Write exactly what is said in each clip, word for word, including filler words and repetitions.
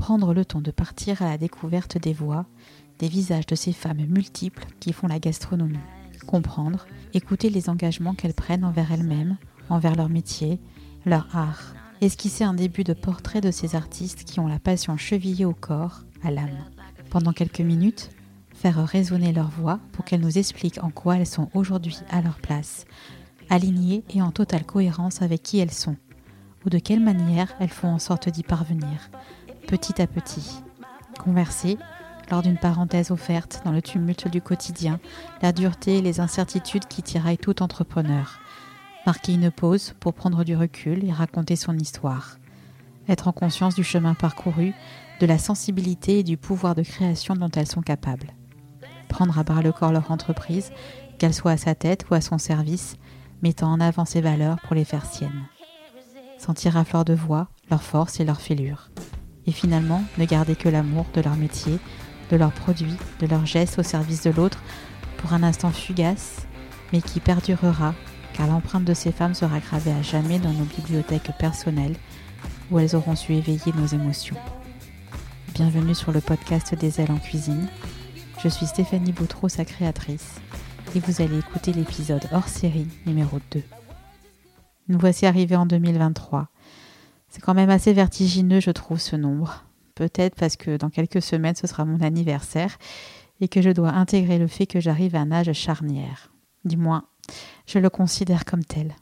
Prendre le temps de partir à la découverte des voix, des visages de ces femmes multiples qui font la gastronomie. Comprendre, écouter les engagements qu'elles prennent envers elles-mêmes, envers leur métier, leur art. Esquisser un début de portrait de ces artistes qui ont la passion chevillée au corps, à l'âme. Pendant quelques minutes, faire résonner leur voix pour qu'elles nous expliquent en quoi elles sont aujourd'hui à leur place, alignées et en totale cohérence avec qui elles sont, ou de quelle manière elles font en sorte d'y parvenir, petit à petit. Converser, lors d'une parenthèse offerte dans le tumulte du quotidien, la dureté et les incertitudes qui tiraillent tout entrepreneur. Marquer une pause pour prendre du recul et raconter son histoire. Être en conscience du chemin parcouru, de la sensibilité et du pouvoir de création dont elles sont capables. Prendre à bras le corps leur entreprise, qu'elle soit à sa tête ou à son service, mettant en avant ses valeurs pour les faire siennes. Sentir à fleur de voix leur force et leur fêlure. Et finalement, ne garder que l'amour de leur métier, de leurs produits, de leurs gestes au service de l'autre, pour un instant fugace, mais qui perdurera, car l'empreinte de ces femmes sera gravée à jamais dans nos bibliothèques personnelles, où elles auront su éveiller nos émotions. Bienvenue sur le podcast des ailes en cuisine. Je suis Stéphanie Boutreau, sa créatrice, et vous allez écouter l'épisode hors série numéro deux. Nous voici arrivés en deux mille vingt-trois. C'est quand même assez vertigineux, je trouve, ce nombre. Peut-être parce que dans quelques semaines, ce sera mon anniversaire et que je dois intégrer le fait que j'arrive à un âge charnière. Du moins, je le considère comme tel.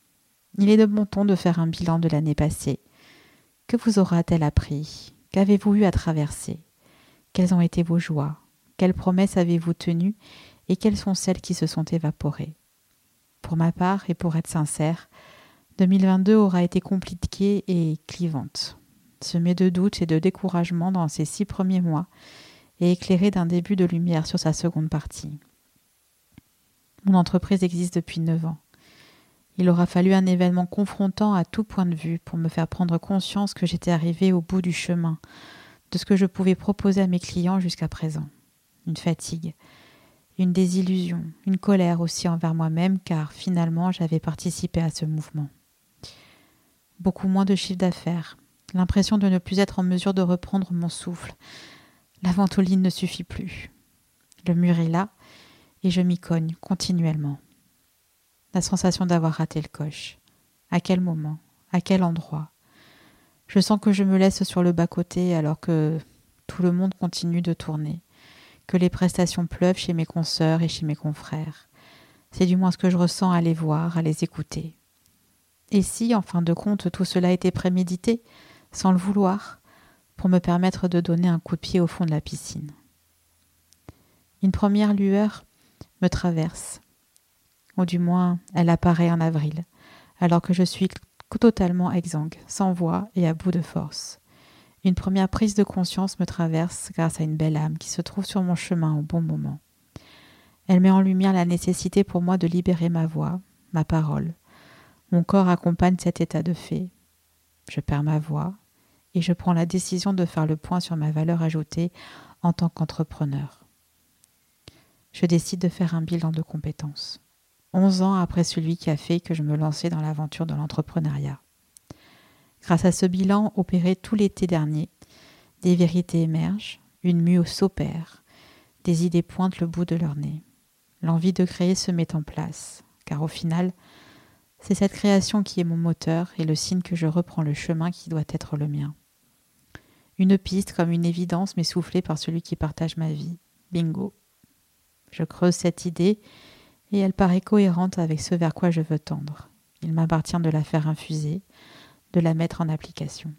Il est de bon ton de faire un bilan de l'année passée. Que vous aura-t-elle appris ? Qu'avez-vous eu à traverser ? Quelles ont été vos joies ? Quelles promesses avez-vous tenues ? Et quelles sont celles qui se sont évaporées ? Pour ma part, et pour être sincère, deux mille vingt-deux aura été compliquée et clivante, semée de doutes et de découragement dans ses six premiers mois et éclairée d'un début de lumière sur sa seconde partie. Mon entreprise existe depuis neuf ans. Il aura fallu un événement confrontant à tout point de vue pour me faire prendre conscience que j'étais arrivée au bout du chemin, de ce que je pouvais proposer à mes clients jusqu'à présent. Une fatigue, une désillusion, une colère aussi envers moi-même car finalement j'avais participé à ce mouvement. Beaucoup moins de chiffre d'affaires, l'impression de ne plus être en mesure de reprendre mon souffle. La ventoline ne suffit plus. Le mur est là et je m'y cogne continuellement. La sensation d'avoir raté le coche. À quel moment ? À quel endroit ? Je sens que je me laisse sur le bas-côté alors que tout le monde continue de tourner, que les prestations pleuvent chez mes consoeurs et chez mes confrères. C'est du moins ce que je ressens à les voir, à les écouter. Et si, en fin de compte, tout cela était prémédité, sans le vouloir, pour me permettre de donner un coup de pied au fond de la piscine. Une première lueur me traverse, ou du moins elle apparaît en avril, alors que je suis totalement exsangue, sans voix et à bout de force. Une première prise de conscience me traverse grâce à une belle âme qui se trouve sur mon chemin au bon moment. Elle met en lumière la nécessité pour moi de libérer ma voix, ma parole. Mon corps accompagne cet état de fait. Je perds ma voix et je prends la décision de faire le point sur ma valeur ajoutée en tant qu'entrepreneur. Je décide de faire un bilan de compétences. Onze ans après celui qui a fait que je me lançais dans l'aventure de l'entrepreneuriat. Grâce à ce bilan opéré tout l'été dernier, des vérités émergent, une mue s'opère, des idées pointent le bout de leur nez. L'envie de créer se met en place, car au final, c'est cette création qui est mon moteur et le signe que je reprends le chemin qui doit être le mien. Une piste comme une évidence m'est soufflée par celui qui partage ma vie. Bingo. Je creuse cette idée et elle paraît cohérente avec ce vers quoi je veux tendre. Il m'appartient de la faire infuser, de la mettre en application.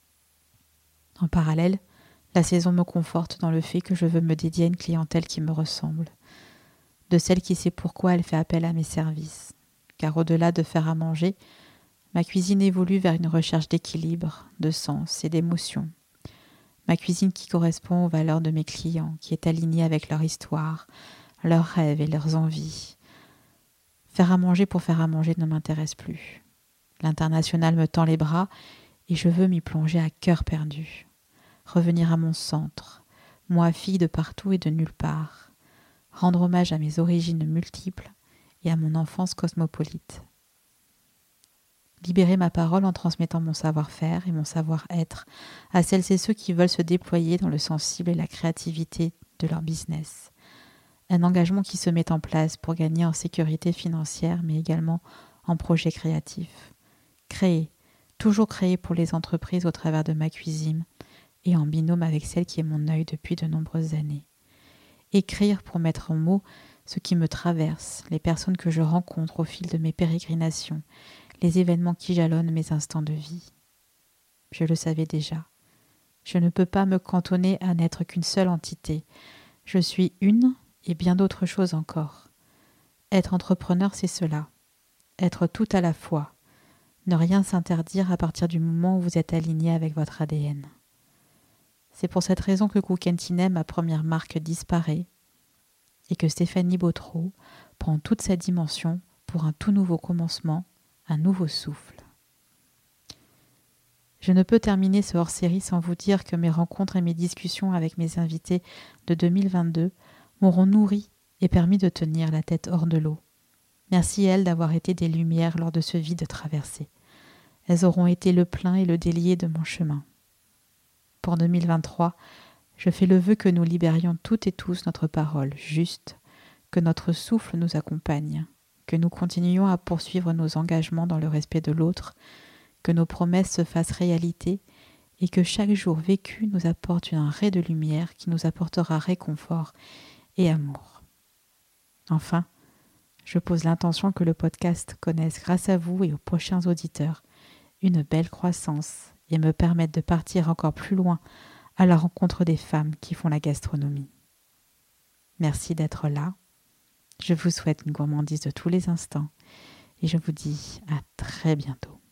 En parallèle, la saison me conforte dans le fait que je veux me dédier à une clientèle qui me ressemble, de celle qui sait pourquoi elle fait appel à mes services. Car au-delà de faire à manger, ma cuisine évolue vers une recherche d'équilibre, de sens et d'émotion. Ma cuisine qui correspond aux valeurs de mes clients, qui est alignée avec leur histoire, leurs rêves et leurs envies. Faire à manger pour faire à manger ne m'intéresse plus. L'international me tend les bras et je veux m'y plonger à cœur perdu. Revenir à mon centre, moi fille de partout et de nulle part. Rendre hommage à mes origines multiples et à mon enfance cosmopolite. Libérer ma parole en transmettant mon savoir-faire et mon savoir-être à celles et ceux qui veulent se déployer dans le sensible et la créativité de leur business. Un engagement qui se met en place pour gagner en sécurité financière, mais également en projet créatif. Créer, toujours créer pour les entreprises au travers de ma cuisine et en binôme avec celle qui est mon œil depuis de nombreuses années. Écrire pour mettre en mots ce qui me traverse, les personnes que je rencontre au fil de mes pérégrinations, les événements qui jalonnent mes instants de vie. Je le savais déjà. Je ne peux pas me cantonner à n'être qu'une seule entité. Je suis une et bien d'autres choses encore. Être entrepreneur, c'est cela. Être tout à la fois. Ne rien s'interdire à partir du moment où vous êtes aligné avec votre A D N. C'est pour cette raison que Cook&Tinet, ma première marque, disparaît et que Stéphanie Bautreau prend toute sa dimension pour un tout nouveau commencement, un nouveau souffle. Je ne peux terminer ce hors-série sans vous dire que mes rencontres et mes discussions avec mes invités de deux mille vingt-deux m'auront nourri et permis de tenir la tête hors de l'eau. Merci à elles d'avoir été des lumières lors de ce vide traversé. Elles auront été le plein et le délié de mon chemin. Pour deux mille vingt-trois, je fais le vœu que nous libérions toutes et tous notre parole juste, que notre souffle nous accompagne, que nous continuions à poursuivre nos engagements dans le respect de l'autre, que nos promesses se fassent réalité et que chaque jour vécu nous apporte un ray de lumière qui nous apportera réconfort et amour. Enfin, je pose l'intention que le podcast connaisse grâce à vous et aux prochains auditeurs une belle croissance et me permette de partir encore plus loin à la rencontre des femmes qui font la gastronomie. Merci d'être là. Je vous souhaite une gourmandise de tous les instants et je vous dis à très bientôt.